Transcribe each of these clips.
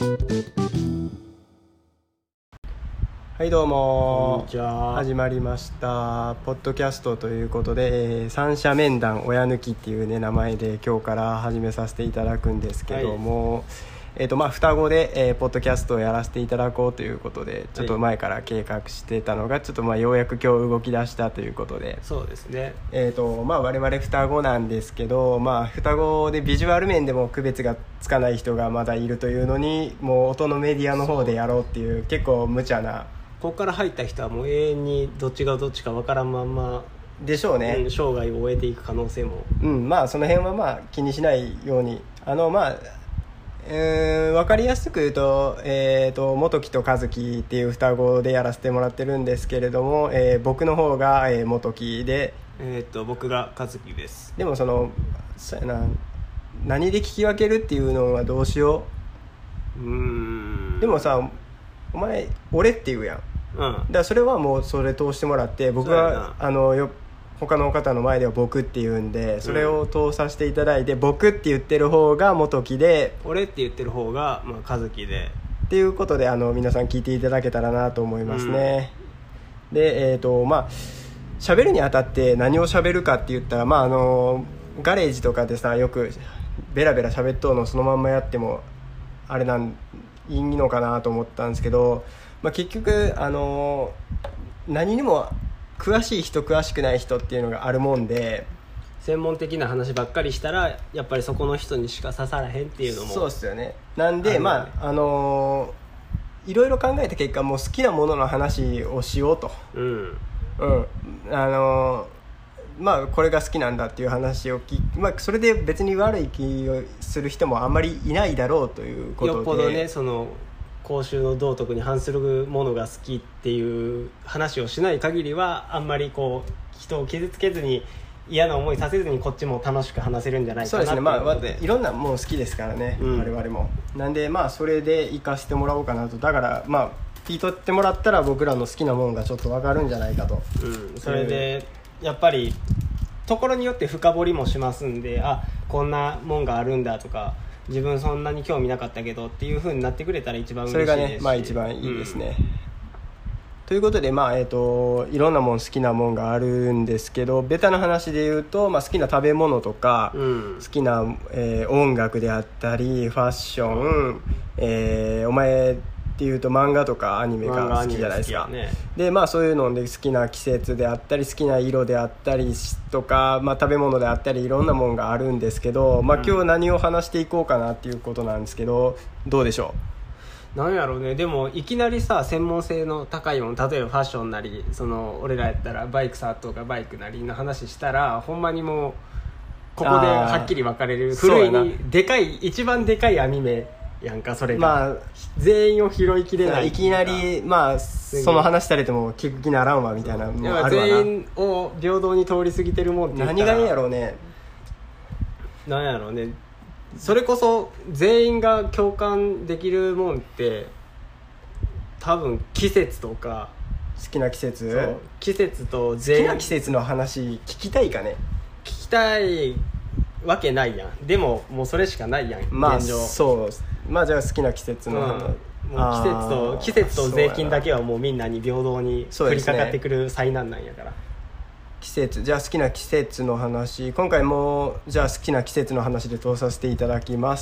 はいどうも、 こんにちは。 始まりましたポッドキャストということで、三者面談親抜きっていうね名前で今日から始めさせていただくんですけども、双子で、ポッドキャストをやらせていただこうということでちょっと前から計画してたのがちょっとようやく今日動き出したということで、 そうですね。 我々双子なんですけど、双子でビジュアル面でも区別がつかない人がまだいるというのに、もう音のメディアの方でやろうっていう結構無茶な、 ここから入った人はもう永遠にどっちがどっちか分からんまんまでしょうね、 生涯を終えていく可能性も、 その辺は気にしないように分かりやすく言うと、元木と和樹っていう双子でやらせてもらってるんですけれども、僕の方が、元木で、 僕が和樹です。 でもそうやな、何で聞き分けるっていうのはどうしよう。でもさ、お前俺って言うやん、だからそれはもうそれ通してもらって、僕は他の方の前では僕って言うんで、それを通させていただいて、僕って言ってる方が元木で、 俺って言ってる方が、和樹でっていうことで皆さん聞いていただけたらなと思いますね。で喋るにあたって何を喋るかって言ったら、ガレージとかでさよくベラベラ喋っとうのそのまんまやってもいいのかなと思ったんですけど、結局何にも詳しい人詳しくない人っていうのがあるもんで、 専門的な話ばっかりしたらやっぱりそこの人にしか刺さらへんっていうのもそうですよね。なんでいろいろ考えた結果、もう好きなものの話をしようと、これが好きなんだっていう話をそれで別に悪い気をする人もあんまりいないだろうということで、 よっぽどね、その公衆の道徳に反するものが好きっていう話をしない限りは、あんまりこう人を傷つけずに嫌な思いさせずにこっちも楽しく話せるんじゃないかなっていうことで、 いろんなもん好きですからね、我々も。なんでそれで活かしてもらおうかなと。だから聞いとってもらったら僕らの好きなもんがちょっと分かるんじゃないかと、 それでやっぱりところによって深掘りもしますんで、こんなもんがあるんだとか、自分そんなに興味なかったけどっていう風になってくれたら一番嬉しいですし、 それがね、一番いいですね。ということで、いろんなもん好きなもんがあるんですけど、ベタな話で言うと、好きな食べ物とか、好きな、音楽であったりファッション、お前っていうと漫画とかアニメが好きじゃないですか、でそういうので好きな季節であったり好きな色であったりとか、食べ物であったりいろんなもんがあるんですけど、今日何を話していこうかなっていうことなんですけど、どうでしょう。なんやろうね。でもいきなりさ、専門性の高いもの、例えばファッションなり、俺らやったらバイクさとかバイクなりの話したら、ほんまにもうここではっきり分かれる。古いに一番でかいアニメやんか、それが、全員を拾いきれない。 いきなりその話されても聞く気ならんわみたいなのもあるわな。 全員を平等に通り過ぎてるもんって言ったら何がいいんやろうね。 なんやろうね。それこそ全員が共感できるもんって多分季節とか、 好きな季節、 季節と全員好きな季節の話聞きたいかね。 聞きたいわけないやん。でももうそれしかないやん、現状。 そうじゃあ好きな季節の話、 もう季節と税金だけはもうみんなに平等に降りかかってくる災難なんやから。 季節、じゃあ好きな季節の話、今回もじゃあ好きな季節の話で通させていただきます、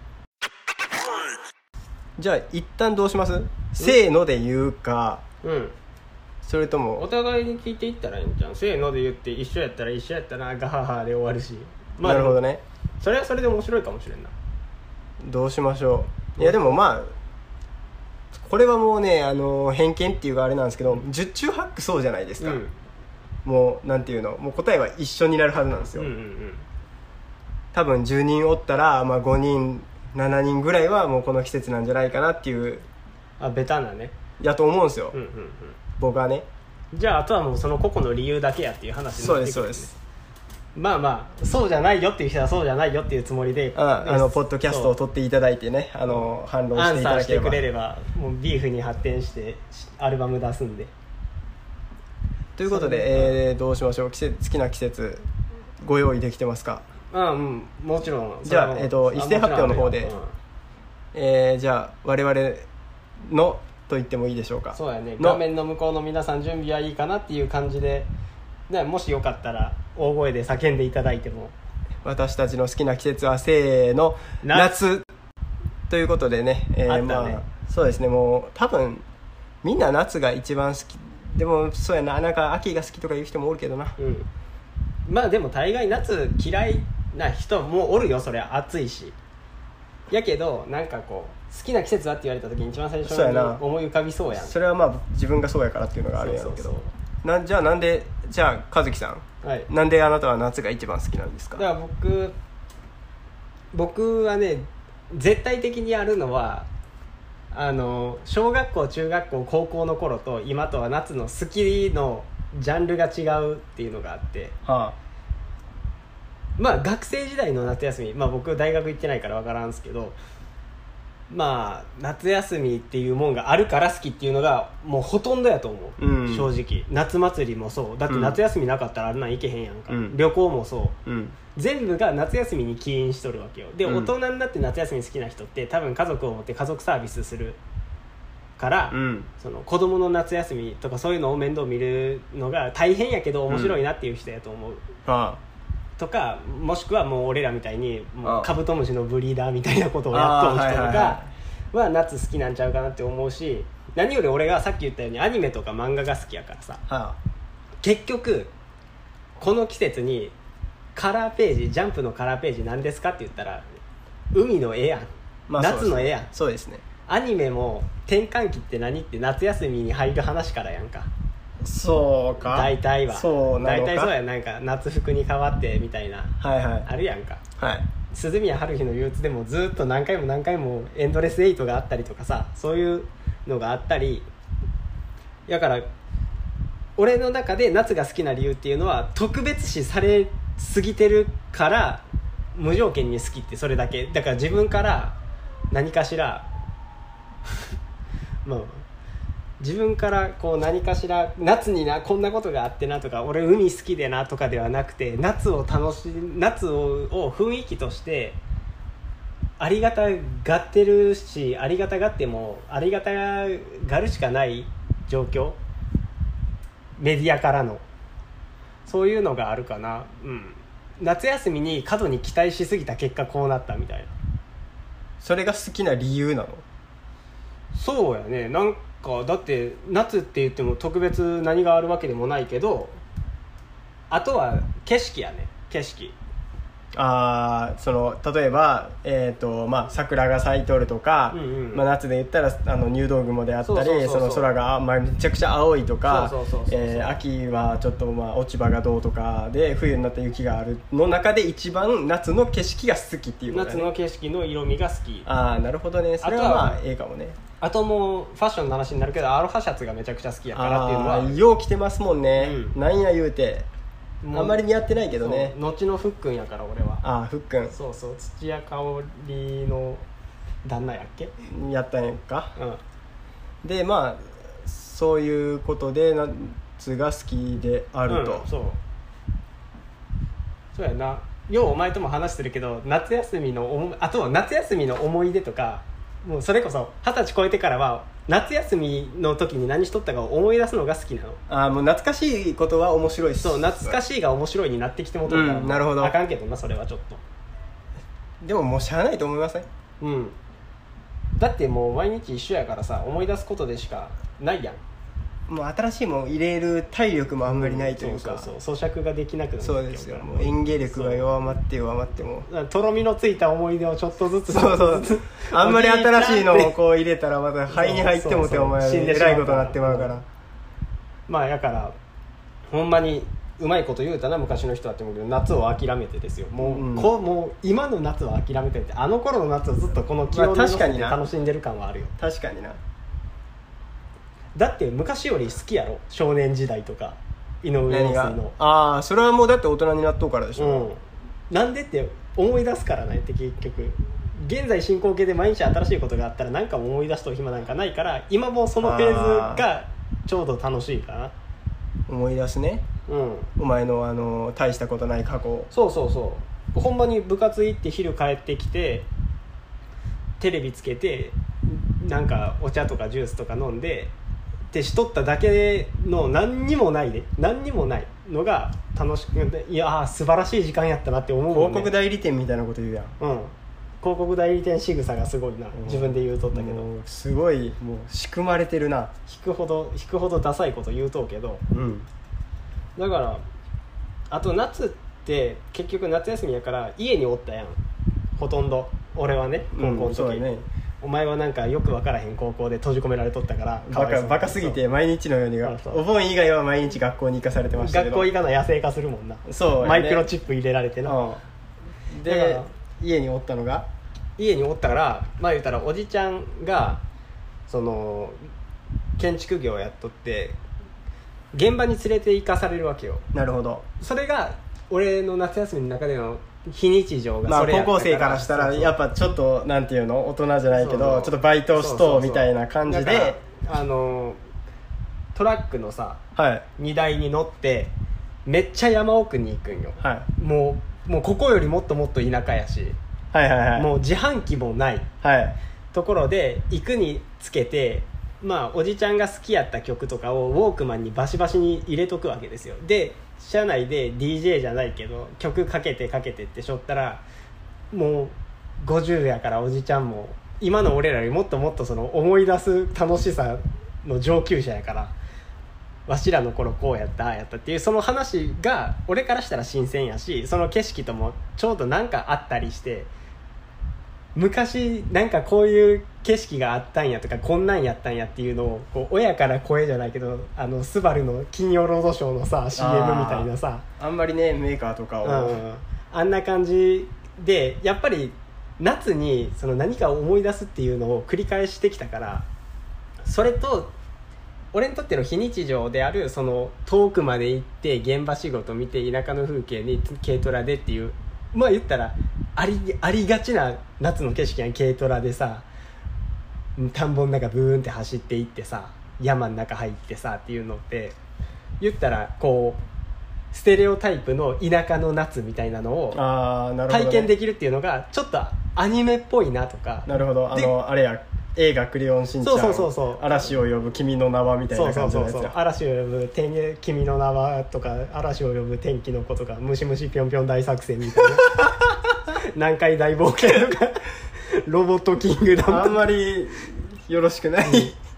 じゃあ一旦どうします？せーので言うか、それともお互いに聞いていったらいいんじゃん。せーので言って一緒やったらガハハで終わるし、 なるほどね。 それはそれで面白いかもしれんな。 どうしましょう。いやでもこれはもうね、偏見っていうかあれなんですけど、十中八九そうじゃないですか、もうなんていうの、もう答えは一緒になるはずなんですよ、多分10人おったら、5人7人ぐらいはもうこの季節なんじゃないかなっていう、 ベタなねやと思うんですよ、僕はね。 じゃああとはもうその個々の理由だけやっていう話になってくるんで。 そうです。 そうじゃないよっていう人はそうじゃないよっていうつもりで、 ポッドキャストを撮っていただいてね、反論していただければ、 アンサーしてくれればもうビーフに発展してアルバム出すんで。 ということで、どうしましょう。好きな季節ご用意できてますか？ もちろん。 じゃあ、一斉発表の方で、 じゃあ我々のと言ってもいいでしょうか。 そうやね、画面の向こうの皆さん準備はいいかなっていう感じで、もしよかったら大声で叫んでいただいても。 私たちの好きな季節はせーの夏ということでね、まあそうですね、もう多分みんな夏が一番好き。でもそうやな、なんか秋が好きとか言う人もおるけどな、 まあでも大概夏嫌いな人もおるよ、そりゃ暑いし。やけどなんかこう好きな季節はって言われた時に一番最初に思い浮かびそうやん。 それはまあ自分がそうやからっていうのがあるんやろうけど、じゃあなんで、じゃあ和樹さん、なんであなたは夏が一番好きなんですか？ だから僕はね、絶対的にあるのは小学校中学校高校の頃と今とは夏の好きのジャンルが違うっていうのがあって、まあ学生時代の夏休み、まあ僕大学行ってないから分からんすけど、まあ夏休みっていうもんがあるから好きっていうのがもうほとんどやと思う、正直。夏祭りもそうだって、夏休みなかったらあんなん行けへんやんか、旅行もそう、全部が夏休みに起因しとるわけよ。で、大人になって夏休み好きな人って多分家族を持って家族サービスするから、その子供の夏休みとかそういうのを面倒見るのが大変やけど面白いなっていう人やと思う、とか、もしくはもう俺らみたいにもうカブトムシのブリーダーみたいなことをやっとる人とかは夏好きなんちゃうかなって思うし、何より俺がさっき言ったようにアニメとか漫画が好きやからさ、結局この季節にカラーページ、ジャンプのカラーページ何ですかって言ったら海の絵やん、夏の絵やん。 そうですね。 アニメも転換期って何って夏休みに入る話からやんか。 そうか、 大体はそうなのか、 大体そうや。なんか夏服に変わってみたいな、あるやんか。鈴宮春日の憂鬱でもずっと何回も何回もエンドレス8があったりとかさ、そういうのがあったりやから、俺の中で夏が好きな理由っていうのは特別視されすぎてるから無条件に好きってそれだけだから、自分から何かしらもう自分からこう何かしら夏になこんなことがあってなとか、俺海好きでなとかではなくて、夏を雰囲気としてありがたがってるし、ありがたがってもありがたがるしかない状況、メディアからのそういうのがあるかな。夏休みに過度に期待しすぎた結果こうなったみたいな。 それが好きな理由なの？ そうやね。なんかだって夏って言っても特別何があるわけでもないけど、あとは景色やね。景色。 その例えば、まあ、桜が咲いとるとか、まあ、夏で言ったら入道雲であったり、その空が、まあ、めちゃくちゃ青いとか、秋はちょっと、まあ、落ち葉がどうとかで、冬になった雪があるの中で一番夏の景色が好きっていうことだね。 夏の景色の色味が好き。 なるほどね。それはまあええかもね。 あともうファッションの話になるけど、アロハシャツがめちゃくちゃ好きやからっていうのは。 よう着てますもんね、なんや言うて。あんまり似合ってないけどね。 後のふっくんやから俺は。 ふっくん。 そうそう、土屋香織の旦那やっけ、 やったんやんか。でまあそういうことで夏が好きであると。 そうやな。ようお前とも話してるけど、夏休みのあとは夏休みの思い出とか、もうそれこそ20歳超えてからは夏休みの時に何しとったかを思い出すのが好きなの。 もう懐かしいことは面白いっす。 そう、懐かしいが面白いになってきてもとるから、 なるほど。 あかんけどな、それはちょっと。 でももうしゃあないと思いません？ だってもう毎日一緒やからさ、思い出すことでしかないやん。 もう新しいもん入れる体力もあんまりないというか、 咀嚼ができなくなる。そうですよ。 もう演芸力が弱まってもとろみのついた思い出をちょっとずつあんまり新しいのをこう入れたらまた肺に入ってもってお前えらいことになってまうから。 まあやからほんまにうまいこと言うたな、昔の人はって思うけど、夏を諦めてですよ。もう今の夏は諦めてて、あの頃の夏をずっとこの気温の中で楽しんでる感はあるよ。 確かにな。 だって昔より好きやろ、少年時代とか井上陽水の。それはもうだって大人になっとうからでしょ。 なんでって思い出すからないって。結局現在進行形で毎日新しいことがあったら何かも思い出しとる暇なんかないから、今もうそのフェーズがちょうど楽しいかな。 思い出すね。お前の大したことない過去。 そうほんまに部活行って昼帰ってきて、 テレビつけてなんかお茶とかジュースとか飲んでってしとっただけの何にもないのが楽しくて、いやー素晴らしい時間やったなって思うもんね。 広告代理店みたいなこと言うやん。 うん、広告代理店仕草がすごいな、自分で言うとったけど、 すごいもう仕組まれてるな。 引くほどダサいこと言うとうけど、 うん、 だからあと夏って結局夏休みやから家におったやん、ほとんど。俺はね高校の時、 そうだね。 お前はなんかよく分からへん高校で閉じ込められとったからバカすぎて毎日のようにお盆以外は毎日学校に行かされてましたけど、 学校行かない野生化するもんな。 そう、ね、 マイクロチップ入れられてな、 うん、で家におったのが家におったから、まあ言うたらおじちゃんがその建築業をやっとって現場に連れて行かされるわけよ。 なるほど。 それが俺の夏休みの中での非日常がそれやったから、高校生からしたらやっぱちょっとなんていうの、大人じゃないけどちょっとバイトしとうみたいな感じで、 トラックのさ、 はい、 荷台に乗ってめっちゃ山奥に行くんよ、 はい、 もうここよりもっともっと田舎やし、 はいはいはい、 もう自販機もない、 はい、 ところで行くにつけて、まあおじちゃんが好きやった曲とかをウォークマンにバシバシに入れとくわけですよ。で車内で DJ じゃないけど曲かけてってしょったら、もう50やからおじちゃんも今の俺らよりもっともっとその思い出す楽しさの上級者やから、わしらの頃こうやったああやったっていうその話が俺からしたら新鮮やし、その景色ともちょうどなんかあったりして、昔なんかこういう景色があったんやとかこんなんやったんやっていうのをこう親から声じゃないけどスバルの金曜ロードショーのさ CM みたいなさ、 あんまりねメーカーとかを、 あんな感じでやっぱり夏にその何かを思い出すっていうのを繰り返してきたから、それと俺にとっての非日常であるその遠くまで行って現場仕事見て田舎の風景に軽トラでっていう、まあ言ったらありがちな夏の景色やん。軽トラでさ田んぼの中ブーンって走っていってさ山の中入ってさっていうのって言ったらこうステレオタイプの田舎の夏みたいなのを体験できるっていうのがちょっとアニメっぽいなとか。 なるほど。あれや映画クレヨンしんちゃん、 そう嵐を呼ぶ君の名はみたいな感じのやつや。 嵐を呼ぶ君の名はとか嵐を呼ぶ天気の子とかムシムシぴょんぴょん大作戦みたいな南海大冒険とかロボットキングダムとかあんまりよろしくない、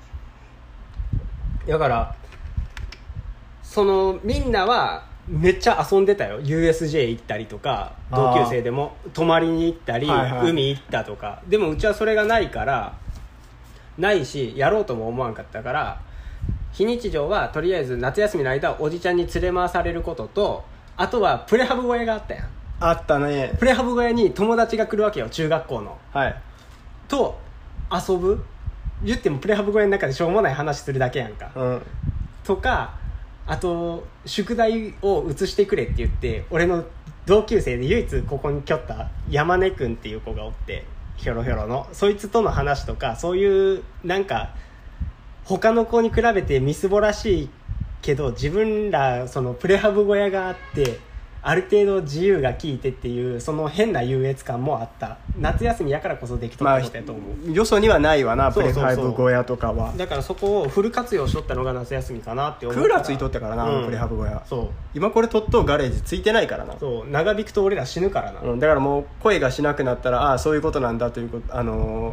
だからそのみんなはめっちゃ遊んでたよ。 USJ 行ったりとか同級生でも泊まりに行ったり、海行ったとか。でもうちはそれがないしやろうとも思わんかったから、非日常はとりあえず夏休みの間おじちゃんに連れ回されることと、あとはプレハブ小屋があったやん。 あったね。 プレハブ小屋に友達が来るわけよ、中学校の、 はい、 と遊ぶ。言ってもプレハブ小屋の中でしょうもない話するだけやんか、とか、あと宿題を移してくれって言って俺の同級生で唯一ここに来った山根くんっていう子がおって、ヒョロヒョロのそいつとの話とか、そういうなんか他の子に比べてみすぼらしいけど自分らそのプレハブ小屋があってある程度自由が利いてっていうその変な優越感もあった。夏休みやからこそできとったことやと思う、 よそにはないわな。プレハブ小屋とかはだからそこをフル活用しとったのが夏休みかなって思う。 クーラーついとったからな、プレハブ小屋。 そう今これとっとうガレージついてないからな。 そう長引くと俺ら死ぬからな、 だからもう声がしなくなったらああそういうことなんだということ、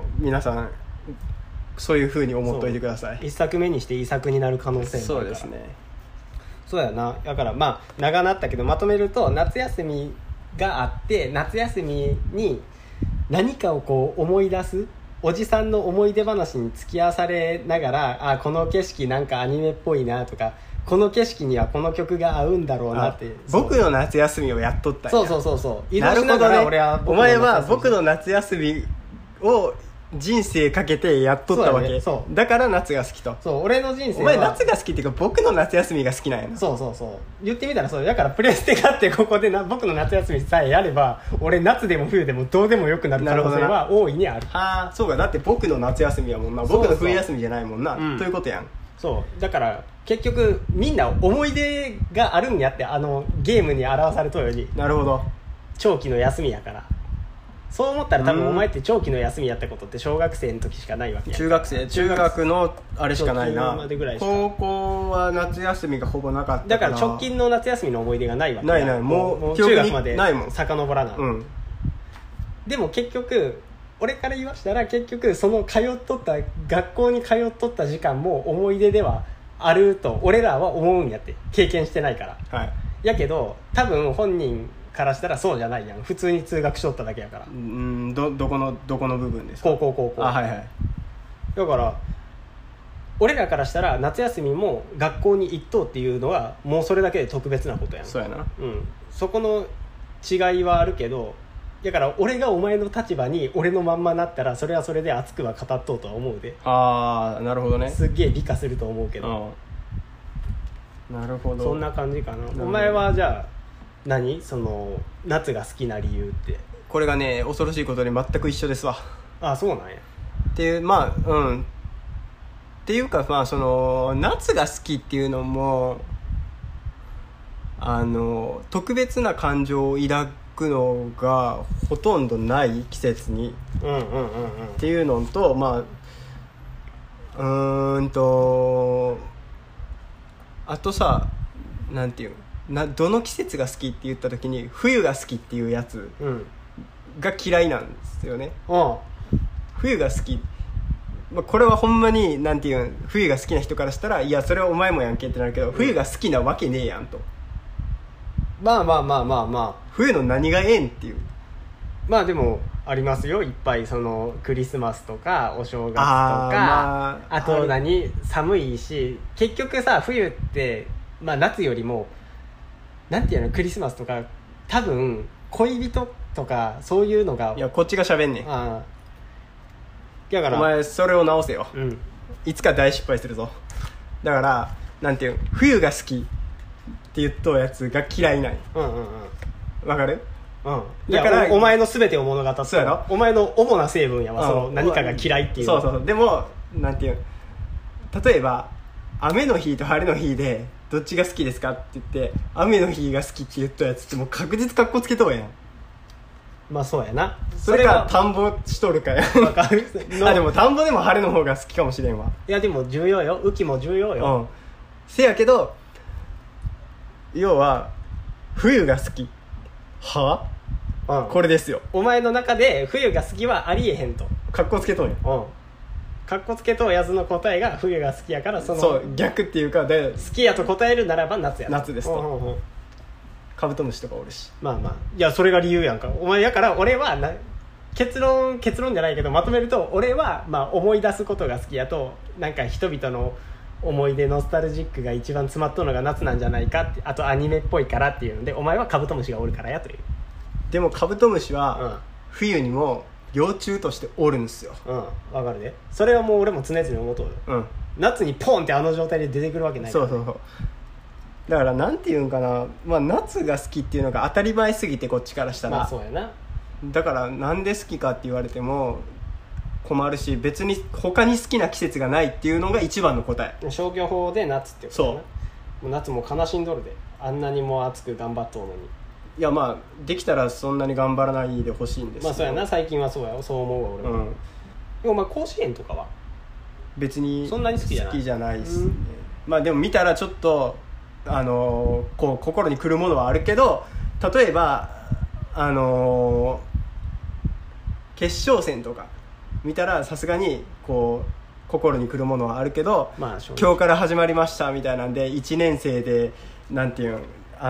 皆さんそういう風に思っておいてください。 一作目にして遺作になる可能性もあるから。 そうですね。 そうやな。だからまあ長なったけどまとめると、夏休みがあって夏休みに何かをこう思い出す、おじさんの思い出話に付き合わされながら、この景色なんかアニメっぽいなとか、この景色にはこの曲が合うんだろうなって。 僕の夏休みをやっとったんや。 そう移動しながら俺は、 お前は僕の夏休みを人生かけてやっとったわけ。だから夏が好きと。 俺の人生はお前夏が好きっていうか僕の夏休みが好きなんやな。 そう言ってみたらそうだから、プレステがあってここで僕の夏休みさえやれば俺夏でも冬でもどうでもよくなる可能性は大いにある。 そうか。だって僕の夏休みやもんな。僕の冬休みじゃないもんな。ということやん。 そうだから結局みんな思い出があるんやって、ゲームに表されとるように。 なるほど。 長期の休みやからそう思ったら多分お前って長期の休みやったことって小学生の時しかないわけや。 中学のあれしかないな。 直近までぐらいしか。 高校は夏休みがほぼなかったから。 だから直近の夏休みの思い出がないわけや。 ないもう中学までないもん遡らない、うん、でも結局俺から言わしたら結局その学校に通っとった時間も思い出ではあると俺らは思うんやって、経験してないから、 はい、 やけど多分本人からしたらそうじゃないやん。普通に通学しとっただけやから。 どこの部分ですか？ 高校。 あ、はいはい。 だから俺らからしたら夏休みも学校に行っとうっていうのはもうそれだけで特別なことやん。 そうやな、 うん、そこの違いはあるけど、だから俺がお前の立場に俺のまんまなったらそれはそれで熱くは語っとうとは思うで。 ああ、なるほどね。 すっげえ美化すると思うけど、 なるほど。 そんな感じかな。お前はじゃあその夏が好きな理由って。 これがね、恐ろしいことに全く一緒ですわ。 あ、そうなんや。 っていう、まあっていうか、まあその夏が好きっていうのも特別な感情を抱くのがほとんどない季節に、っていうのと、まああとさ、なんていうどの季節が好きって言った時に冬が好きっていうやつが嫌いなんですよね、冬が好き、これはほんまになんていう冬が好きな人からしたら、いやそれはお前もやんけってなるけど、冬が好きなわけねえやんと。 まあ冬の何がええんっていう。 まあでもありますよ、いっぱい。そのクリスマスとかお正月とか、あと寒いし、結局さ冬って、まあ、夏よりもなんていうの、クリスマスとか多分恋人とかそういうのが、 いやこっちが喋んねん。だからお前それを直せよ、いつか大失敗するぞ。だからなんていう冬が好きって言っとうやつが嫌いない。わかる？ だからお前の全てを物語って、 そうやろ、 お前の主な成分やわ、その何かが嫌いっていう。 そうでもなんていう、例えば雨の日と晴れの日でどっちが好きですかって言って雨の日が好きって言ったやつってもう確実カッコつけとうやん。 まあそうやな。 それか田んぼしとるかやわかるでも田んぼでも晴れの方が好きかもしれんわ。 いやでも重要よ、雨季も重要よ、 せやけど要は冬が好きは、これですよ。 お前の中で冬が好きはありえへんとカッコつけとんや。 カッコつけとうやつの答えが冬が好きやから、 そう逆っていうかで好きやと答えるならば夏や。 夏ですと、カブトムシとかおるし、 まあいやそれが理由やんかお前。だから俺は結論じゃないけどまとめると、俺はまあ思い出すことが好きやと、なんか人々の思い出ノスタルジックが一番詰まっとるのが夏なんじゃないかって、あとアニメっぽいからっていうので、お前はカブトムシがおるからやという。 でもカブトムシは冬にも幼虫としておるんですよ。 わかるで。それはもう俺も常々思うとる、夏にポンってあの状態で出てくるわけないから、ね、 そうだからなんていうんかな、まあ、夏が好きっていうのが当たり前すぎてこっちからしたら、 まあそうやな。 だからなんで好きかって言われても困るし、別に他に好きな季節がないっていうのが一番の答え。 消去法で夏ってことだな。もう夏も悲しんどるで、あんなにも熱く頑張っとうのに。 いやまあできたらそんなに頑張らないでほしいんですけど、 まあそうやな、最近はそうや、そう思うわ俺も、でもまあ甲子園とかは別にそんなに好きじゃないですね、まあでも見たらちょっとこう心にくるものはあるけど、例えば決勝戦とか見たらさすがにこう心にくるものはあるけど、今日から始まりましたみたいなんで1年生でなんていう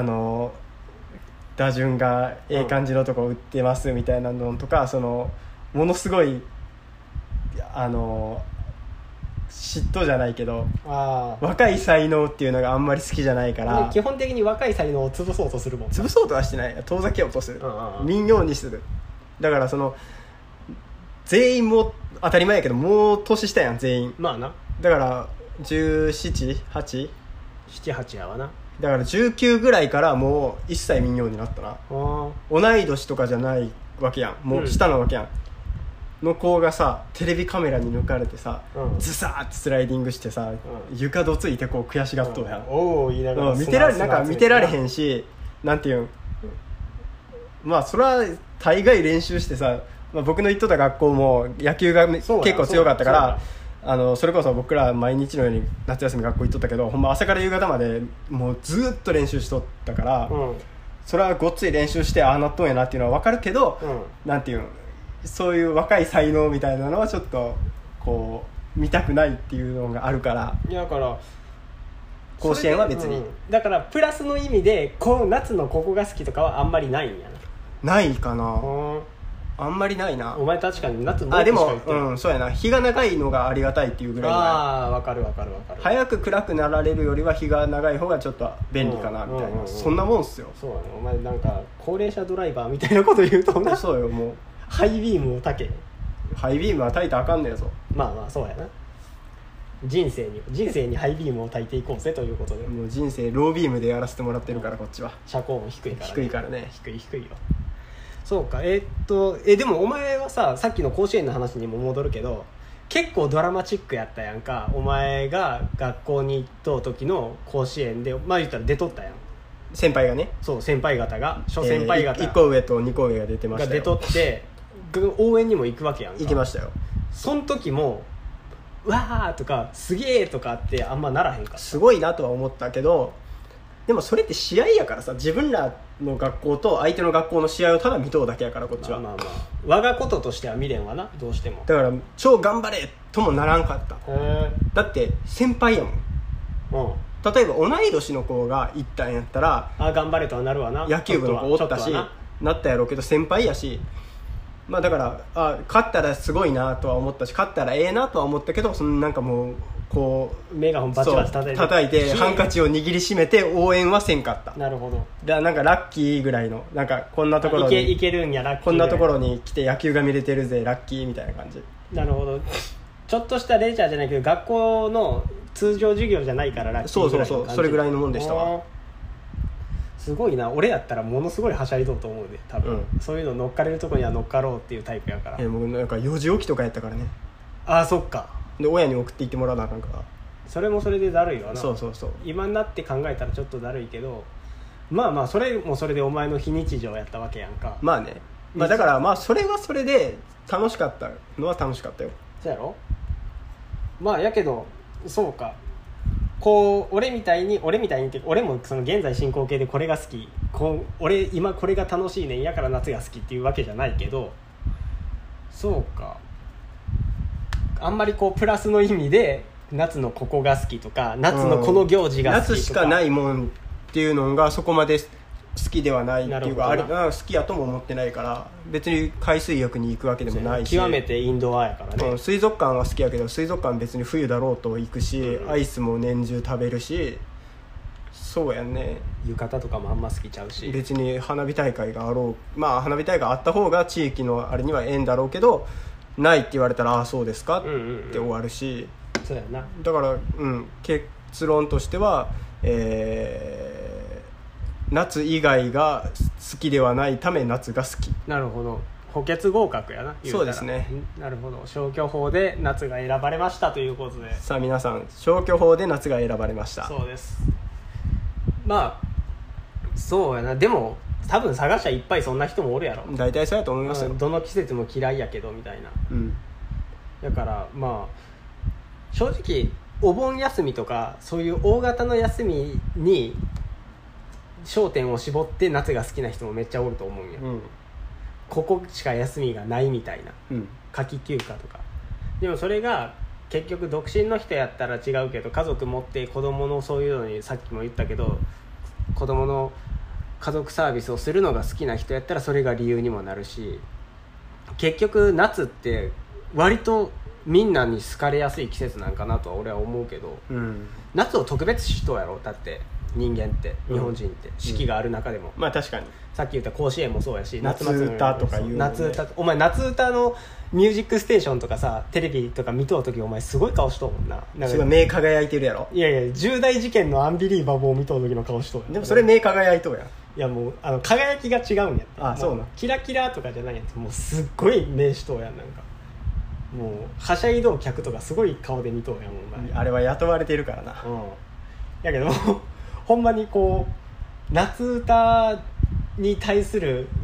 打順がええ感じのとこ打ってますみたいなのとか、そのものすごい嫉妬じゃないけど若い才能っていうのがあんまり好きじゃないから、 基本的に若い才能を潰そうとするもん。 潰そうとはしてない、遠ざけようとする、民謡にする。だからその全員も当たり前やけどもう年下やん全員。 まあな。 だから17、 8やわな。 だから19ぐらいからもう一切民謡になったな。同い年とかじゃないわけやん、もう下なわけやん、の子がさテレビカメラに抜かれてさ、ズサーってスライディングしてさ、床どついてこう悔しがっとうやん、 言いながら見てられへんし、なんていうんまあそれは大概練習してさ、まあ、僕の行っとった学校も野球が結構強かったからそれこそ僕ら毎日のように夏休み学校行っとったけど、ほんま朝から夕方までもうずっと練習しとったから、それはごっつい練習してああなっとんやなっていうのは分かるけど、なんていうの、そういう若い才能みたいなのはちょっとこう見たくないっていうのがあるから。 いやだから甲子園は別に、 だからプラスの意味でこの夏のここが好きとかはあんまりないんやな。ないかな、あんまりないな。 お前確かに夏もでも、そうやな、日が長いのがありがたいっていうぐらい。 ああ分かる早く暗くなられるよりは日が長い方がちょっと便利かなみたいな、そんなもんっすよ。 そうだね、お前なんか高齢者ドライバーみたいなこと言うとな。 そうよ、もうハイビームをたけ。 ハイビームは焚いたらあかんねやぞ。 まあまあそうやな、人生にハイビームを焚いていこうぜということで。 もう人生ロービームでやらせてもらってるから、こっちは車高も低いからね。 低いからね。 低いよ。そうか。でもお前はさっきの甲子園の話にも戻るけど、結構ドラマチックやったやんか。お前が学校に行っとう時の甲子園で、まあ言ったら出とったやん、 先輩がね。 そう先輩方が、諸先輩方 1個上と2個上が出てましたよ。 が出とって応援にも行くわけやんか。 行きましたよ。 その時もわーとかすげーとかってあんまならへんかった。 すごいなとは思ったけど、でもそれって試合やからさ、自分らの学校と相手の学校の試合をただ見とうだけやから、こっちは。 まあ我がこととしては未練はな、どうしても。 だから超頑張れともならんかった。だって先輩やもん。例えば同い年の子が行ったんやったら、 頑張れとはなるわな。 野球部の子おったし なったやろうけど、先輩やし、まあだから勝ったらすごいなとは思ったし、勝ったらええなとは思ったけど、そのなんかもうこうメガホンバチバチ叩いてハンカチを握りしめて応援はせんかった。 なるほど。だからなんかラッキーぐらいの、なんかこんなところにいけるんや、ラッキーこんなところに来て野球が見れてるぜラッキーみたいな感じ。 なるほど。ちょっとしたレジャーじゃないけど学校の通常授業じゃないからラッキーぐらいの感じ。 そうそれぐらいのもんでしたわ。 すごいな。俺やったらものすごいはしゃいどうと思うで多分、そういうの乗っかれるとこには乗っかろうっていうタイプやから。 僕なんか4時起きとかやったからね。 そっか。 で親に送って行ってもらわなあかんから、 それもそれでだるいわな。 そう今になって考えたらちょっとだるいけど、まあそれもそれでお前の非日常やったわけやんか。 まあね、だからまあそれはそれで楽しかったのは楽しかったよ。 そうやろ。まあやけどそうか、こう俺みたいにって俺もその現在進行形でこれが好き、俺今これが楽しいねんやから夏が好きっていうわけじゃないけど、そうか、あんまりこうプラスの意味で夏のここが好きとか夏のこの行事が好きとか、 夏しかないもんっていうのがそこまで好きではないっていうか、好きやとも思ってないから、別に海水浴に行くわけでもないし、 極めてインドアやからね、 水族館は好きやけど水族館別に冬だろうと行くし、アイスも年中食べるし、そうやんね、 浴衣とかもあんま好きちゃうし、 別に花火大会があろう、まあ花火大会あった方が地域のあれにはええんだろうけど、ないって言われたらあそうですかって終わるし、 そうやな。 だから、結論としては、夏以外が好きではないため夏が好き。 なるほど、補欠合格やな。 そうですね。 なるほど、消去法で夏が選ばれましたということで、 さあ皆さん消去法で夏が選ばれました。 そうです。まあそうやな。でも多分探しゃいっぱいそんな人もおるやろ。 大体そうやと思いますよ、 どの季節も嫌いやけどみたいな、だからまあ正直お盆休みとかそういう大型の休みに焦点を絞って夏が好きな人もめっちゃおると思うんや、ここしか休みがないみたいな、夏季休暇とか。でもそれが結局独身の人やったら違うけど、家族持って子供のそういうのに、さっきも言ったけど子供の家族サービスをするのが好きな人やったらそれが理由にもなるし、結局夏って割とみんなに好かれやすい季節なんかなとは俺は思うけど、夏を特別視しとうやろ。だって人間って日本人って四季がある中でも、 まあ確かにさっき言った甲子園もそうやし、 夏歌とか言うのね、 夏歌、お前夏歌のミュージックステーションとかさ、テレビとか見とう時お前すごい顔しとうもんな。なんかすごい目輝いてるやろ。 いやいや、重大事件のアンビリーバボーを見とう時の顔しとうやん。 でもそれ目輝いとうやん。 いやもう輝きが違うんやって。 そうな。 キラキラとかじゃないやつ、もうすっごい目しとうやん。なんかもうはしゃいどう客とかすごい顔で見とうやんお前。 あれは雇われてるからな。 やけどほんまにこう夏歌に対する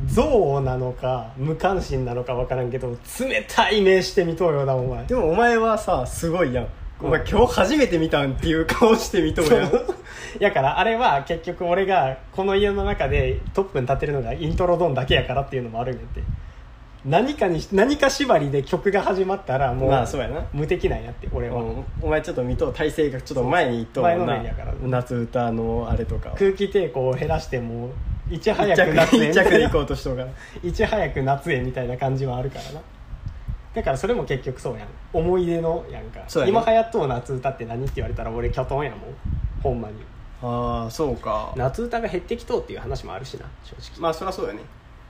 憎悪なのか無関心なのか分からんけど冷たい目してみとうよなお前。 でもお前はさすごいやん、お前今日初めて見たんっていう顔してみとうやんやからあれは結局俺がこの家の中でトップに立てるのがイントロドンだけやからっていうのもあるんやって。何か縛りで曲が始まったらもう、 まあそうやな、 無敵なんやって俺は、 お前ちょっと見とう体勢がちょっと前にいっとうもんな、 前のめりやから夏歌のあれとか空気抵抗を減らしてもいち早く夏へ一着で行こうとしとうからいち早く夏へみたいな感じはあるからな。だからそれも結局そうやん、思い出のやんか、 そうやね、 今流行っとう夏歌って何って言われたら俺キョトンやもんほんまに。 ああそうか、 夏歌が減ってきとうっていう話もあるしな正直。 まあそりゃそうやね。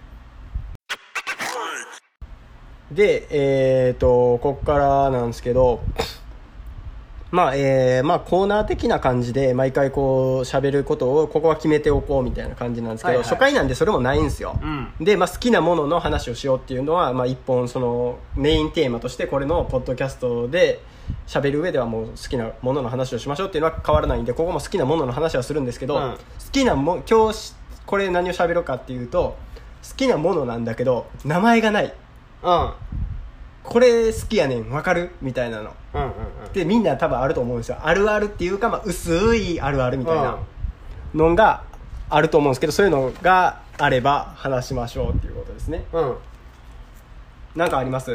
でこっからなんですけど、まあコーナー的な感じで毎回こう喋ることをここは決めておこうみたいな感じなんですけど、初回なんでそれもないんですよ、で、好きなものの話をしようっていうのは、一本そのメインテーマとしてこれのポッドキャストで喋る上ではもう好きなものの話をしましょうっていうのは変わらないんで、ここも好きなものの話はするんですけど、好きな今日これ何を喋ろうかっていうと、好きなものなんだけど名前がない、これ好きやねん分かるみたいなの、でみんな多分あると思うんですよ。あるあるっていうか、薄いあるあるみたいなのがあると思うんですけど、そういうのがあれば話しましょうっていうことですね。なんかあります？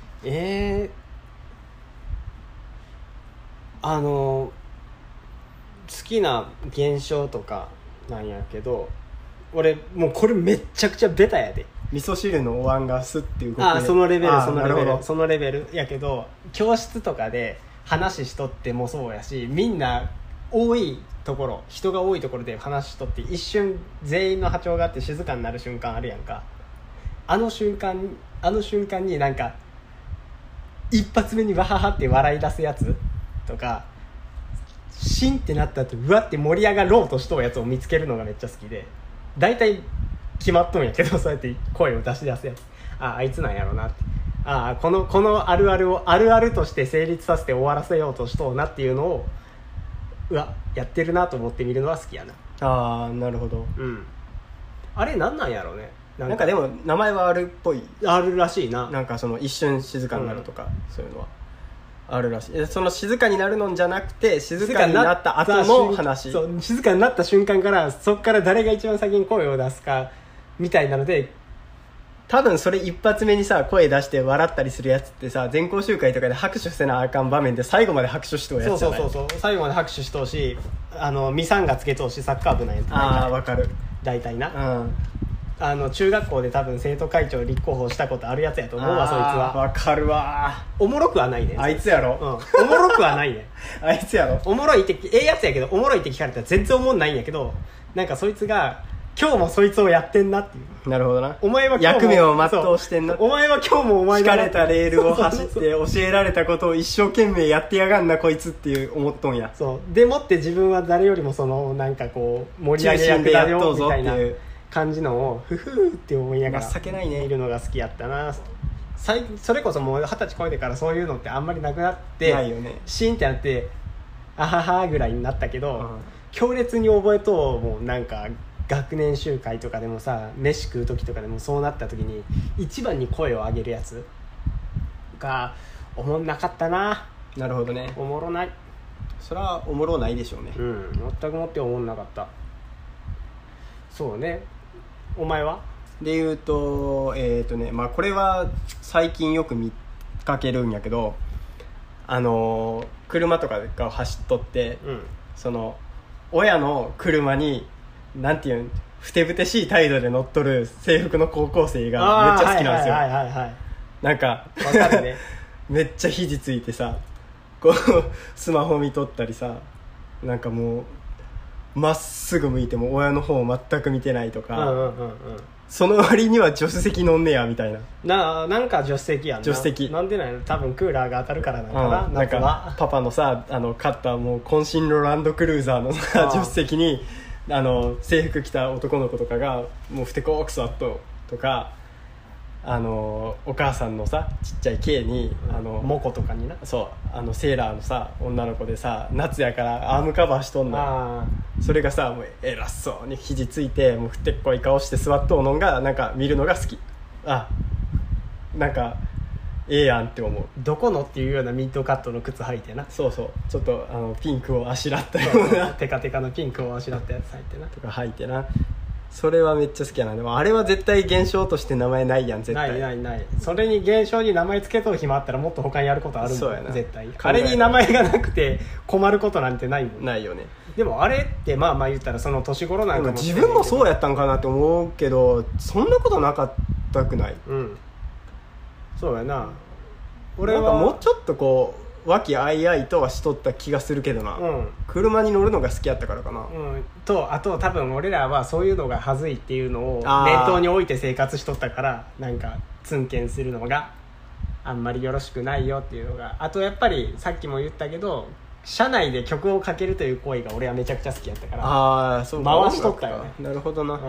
好きな現象とかなんやけど、俺もうこれめっちゃくちゃベタやで。 味噌汁のお椀がすっていうことで、 そのレベルそのレベルやけど、教室とかで話しとってもそうやし、みんな多いところ、人が多いところで話しとって一瞬全員の波長があって静かになる瞬間あるやんか。あの瞬間になんか一発目にわははって笑い出すやつとか、シンってなった後うわって盛り上がろうとしとうやつを見つけるのがめっちゃ好きで、大体決まっとんやけど、そうやって声を出し出すやつ、あいつなんやろうなって、このあるあるをあるあるとして成立させて終わらせようとしとうなっていうのをやってるなと思って見るのは好きやな。 なるほど、 あれなんやろうね。 なんかでも名前はあるっぽい、 あるらしいな。 なんかその一瞬静かになるとか、そういうのはあるらしい。その静かになるのじゃなくて、静かになった後の話、 そう静かになった瞬間から、そっから誰が一番先に声を出すかみたいなので、 多分それ一発目にさ声出して笑ったりするやつってさ、全校集会とかで拍手せなあかん場面で最後まで拍手しとうやつじゃない？ そう最後まで拍手しとうし、ミサンがつけとうし、サッカー部なんやつ。 わかる、 大体な、中学校で多分生徒会長立候補したことあるやつやと思うわ、そいつは。 わかるわ。 おもろくはないね。 あいつやろ、 おもろくはないねあいつやろ。 おもろいってやつやけど、おもろいって聞かれたら全然おもんないんやけど、なんかそいつが今日もそいつをやってんなっていう。 なるほどな。 お前は今日も役目を全うしてんな。 お前は今日もお前が敷かれたレールを走って教えられたことを一生懸命やってやがんなこいつっていう思っとんや。 そうでもって自分は誰よりもそのなんかこう盛り上げ役だよみたいな感じのをフフーって思いながら情けないね、 見るのが好きやったな。それこそもう20歳超えてからそういうのってあんまりなくなってないよね。 シーンってなってあははぐらいになったけど、強烈に覚えともうなんか学年集会とかでもさ、飯食う時とかでもそうなった時に一番に声を上げるやつがおもんなかったな。 なるほどね。 おもろない。 それはおもろないでしょうね。 全くもっておもんなかった。そうね。お前はで言うとこれは最近よく見かけるんやけど、車とかが走っとって、その親の車になんていうんふてぶてしい態度で乗っとる制服の高校生がめっちゃ好きなんですよ。なんか分かるねめっちゃ肘ついてさ、こうスマホ見とったりさ、なんかもうまっすぐ向いても親の方を全く見てないとか、その割には助手席乗んねやみたいな。 なんか助手席やんな。 助手席なんでないの？多分クーラーが当たるからなんかな。 なんかパパのさ買ったもう渾身のランドクルーザーのさ助手席に制服着た男の子とかがもうふてこーく座っととか、 お母さんのさちっちゃい K にモコとかになそうセーラーのさ女の子でさ夏やからアームカバーしとんのよ。それがさもう偉そうに肘ついてもうふってっこい顔して座っとうのがなんか見るのが好き。なんかええやんって思う。 どこのっていうようなミッドカットの靴履いてな。 そうちょっとピンクをあしらったようなテカテカのピンクをあしらったやつ履いてなとか履いてな。それはめっちゃ好きやな。でもあれは絶対現象として名前ないやん絶対。 ないそれに現象に名前つけとる暇あったらもっと他にやることあるもん。 そうやな絶対あれに名前がなくて困ることなんてないもん。 ないよね。 でもあれってまあ言ったらその年頃なんかも自分もそうやったんかなって思うけどそんなことなかったくない？ そうやな。 俺はもうちょっとこう和気あいあいとはしとった気がするけどな、車に乗るのが好きやったからかな、 あと多分俺らはそういうのが恥ずいっていうのを念頭に置いて生活しとったからなんかツンケンするのがあんまりよろしくないよっていうのが。あとやっぱりさっきも言ったけど車内で曲をかけるという行為が俺はめちゃくちゃ好きやったからそう回しとったよね。 なるほどな、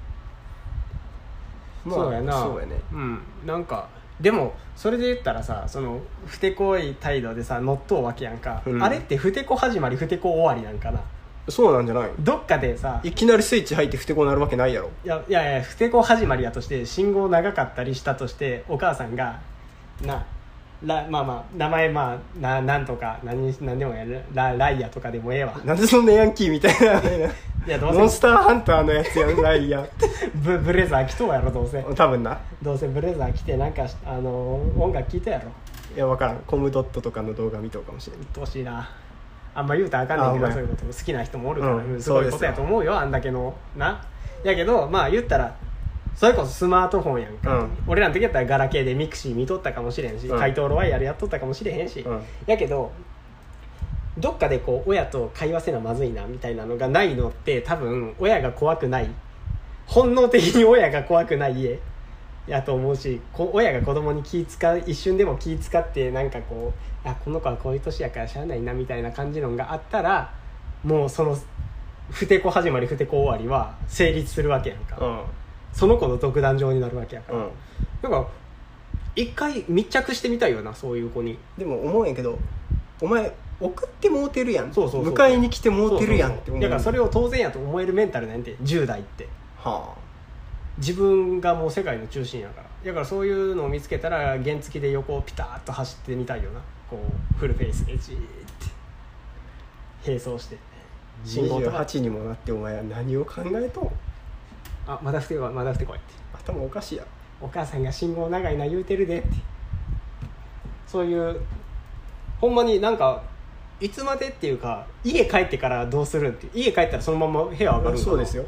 そうやな。 そうやね。 なんかでもそれで言ったらさそのふてこい態度でさ乗っとうわけやんか、あれってふてこ始まりふてこ終わりなんかな。 そうなんじゃない？ どっかでさいきなりスイッチ入ってふてこなるわけないやろ。 いやふてこ始まりやとして信号長かったりしたとしてお母さんが名前なんとか何でもやるライアとかでもええわ。 なんでそんなヤンキーみたいないやどうせモンスターハンターのやつやんライアブレザー着とうやろどうせ。 多分な。 どうせブレザー着てなんか音楽聴いたやろ。 いや分からん。コムドットとかの動画見とうかもしれん。 うっとうしいな。あんま言うたらあかんねんけどそういうこと好きな人もおるから、すごいことやと思うよあんだけのな。やけど言ったらそれこそスマートフォンやんか、俺らの時やったらガラケーでミクシー見とったかもしれんし、怪盗ロワイヤルやっとったかもしれへんし、やけどどっかでこう親と会話せなまずいなみたいなのがないのって多分親が怖くない本能的に親が怖くない家やと思うし、親が子供に一瞬でも気使ってなんかこうこの子はこういう年やからしゃあないなみたいな感じのがあったらもうそのふてこ始まりふてこ終わりは成立するわけやんか、その子の独壇場になるわけやから、だから一回密着してみたいよなそういう子に。 でも思うんやけどお前送ってもうてるやん、 迎えに来てもうてるやんって思う。 だからそれを当然やと思えるメンタルなんて10代って、自分がもう世界の中心やから。だからそういうのを見つけたら原付で横をピタッと走ってみたいよな。こうフルフェイスでじーって並走して信号とか28にもなってお前は何を考えとん。 まだふてこいって頭おかしいや。 お母さんが信号長いな言うてるでって。そういうほんまになんかいつまでっていうか家帰ってからどうするんって。家帰ったらそのまま部屋上がるんかな。 そうですよ。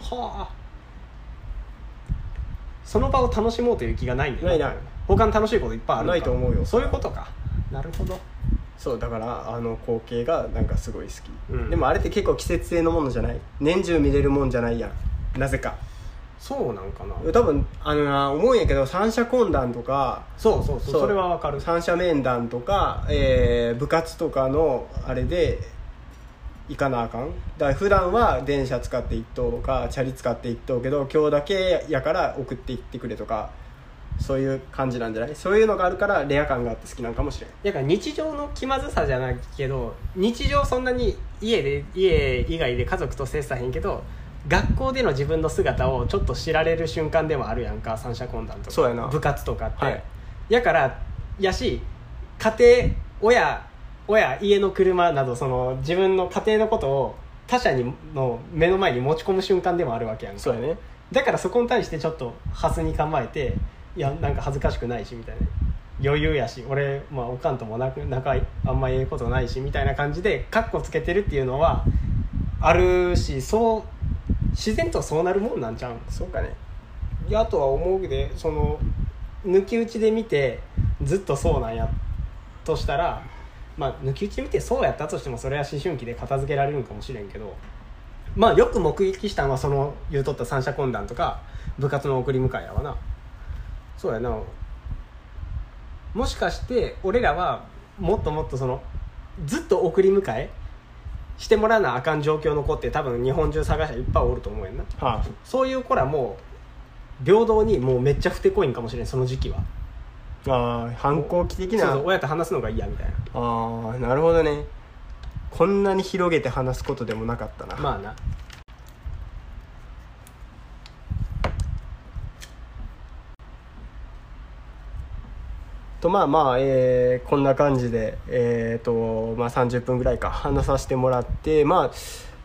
その場を楽しもうという気がないんだよ。 ない他の楽しいこといっぱいあるないと思うよ。 そういうことか。なるほど。 そうだから光景がなんかすごい好き、でもあれって結構季節性のものじゃない。年中見れるもんじゃないやんなぜか。 そうなんかな。 多分思うんやけど三者懇談とかそうそれはわかる。 三者面談とか、部活とかのあれで行かなあかん。だから普段は電車使って行っとうとかチャリ使って行っとうけど今日だけやから送って行ってくれとかそういう感じなんじゃない。そういうのがあるからレア感があって好きなんかもしれん。 だから日常の気まずさじゃないけど日常そんなに家以外で家族と接さへんけど学校での自分の姿をちょっと知られる瞬間でもあるやんか。三者懇談とかそうやな部活とかって、やからやし家庭家の車などその自分の家庭のことを他者の目の前に持ち込む瞬間でもあるわけやんか。 そうやね。 だからそこに対してちょっとハスに構えていやなんか恥ずかしくないしみたいな余裕やし俺、おかんとも仲あんま言えることないしみたいな感じでカッコつけてるっていうのはあるしそう自然とそうなるもんなんちゃうん。 そうかね。 いやとは思うけどその抜き打ちで見てずっとそうなんやとしたら抜き打ち見てそうやったとしてもそれは思春期で片付けられるんかもしれんけどよく目撃したのはその言うとった三者懇談とか部活の送り迎えやわな。そうやな。もしかして俺らはもっともっとそのずっと送り迎えしてもらわなあかん状況の子って多分日本中探しはいっぱいおると思うやんな、そういう子らも平等にもうめっちゃふてこいんかもしれん、その時期は。 ああ、反抗期的な。 そう親と話すのが嫌みたいな。 ああ、なるほどね。こんなに広げて話すことでもなかったな。 まあな。 とまあまあ、こんな感じで、まあ、30分ぐらいか話させてもらって、まあ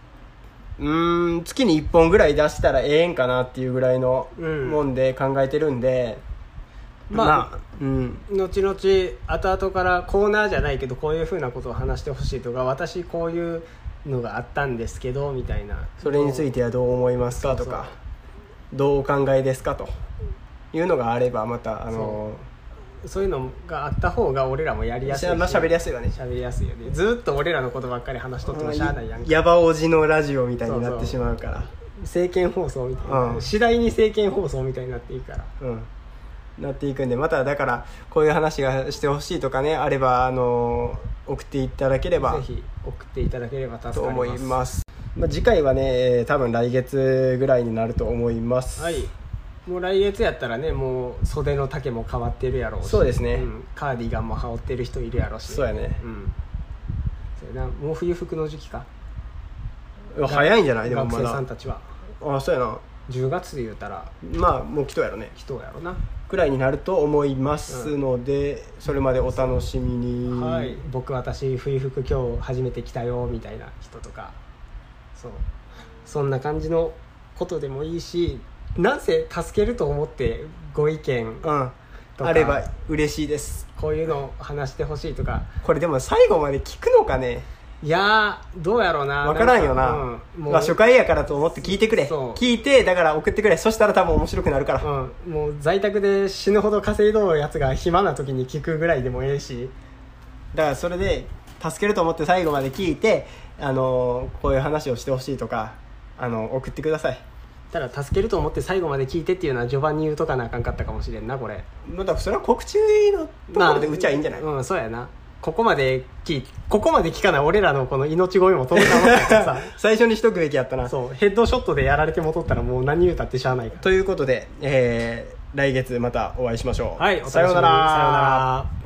月に1本ぐらい出したらええんかなっていうぐらいのもんで考えてるんで、 まあ、後々後々からコーナーじゃないけどこういうふうなことを話してほしいとか、私こういうのがあったんですけどみたいな、 それについてはどう思いますかとか、どうお考えですかというのがあれば、またそういうのがあった方が俺らもやりやすいし、 まあ喋りやすいわね。 喋りやすいよね。ずっと俺らのことばっかり話しとってもしゃあないやんか。 ヤバおじのラジオみたいになってしまうから、 政見放送みたいな、次第に政見放送みたいになっていくから、 なっていくんで、まただからこういう話がしてほしいとかねあれば送っていただければ、 ぜひ送っていただければ助かりますと思います。次回はね、多分来月ぐらいになると思います。 はい、もう来月やったらね、もう袖の丈も変わってるやろうし、 そうですね、 カーディガンも羽織ってる人いるやろうし、 そうやね、 そうやな、もう冬服の時期か。 早いんじゃない？でもまだ学生さんたちはそうやな、 10月で言うたらまあもう来とうやろね、 来とうやろなくらいになると思いますので、それまでお楽しみに。 はい、私冬服今日初めて着たよみたいな人とか、そんな感じのことでもいいし、なんせ助けると思ってご意見とか、 あれば嬉しいです。 こういうの話してほしいとか。 これでも最後まで聞くのかね。 いやー、どうやろうな、 分からんよな、もう初回やからと思って聞いてくれ、聞いてだから送ってくれ、そしたら多分面白くなるから、 もう在宅で死ぬほど稼いどるやつが暇な時に聞くぐらいでもええし、 だからそれで助けると思って最後まで聞いて、こういう話をしてほしいとか送ってください。 ただ助けると思って最後まで聞いてっていうのは序盤に言うとかなあかんかったかもしれんな、これ。 だからそれは告知のところで打ちゃいいんじゃない？ そうやな。ここまで聞かない俺らのこの命乞いも飛んだもんだからさ最初にしとくべきやったな。 そう、ヘッドショットでやられて戻ったらもう何言うたってしゃあないから。 ということで、来月またお会いしましょう。 はい、 さようなら。 さようなら。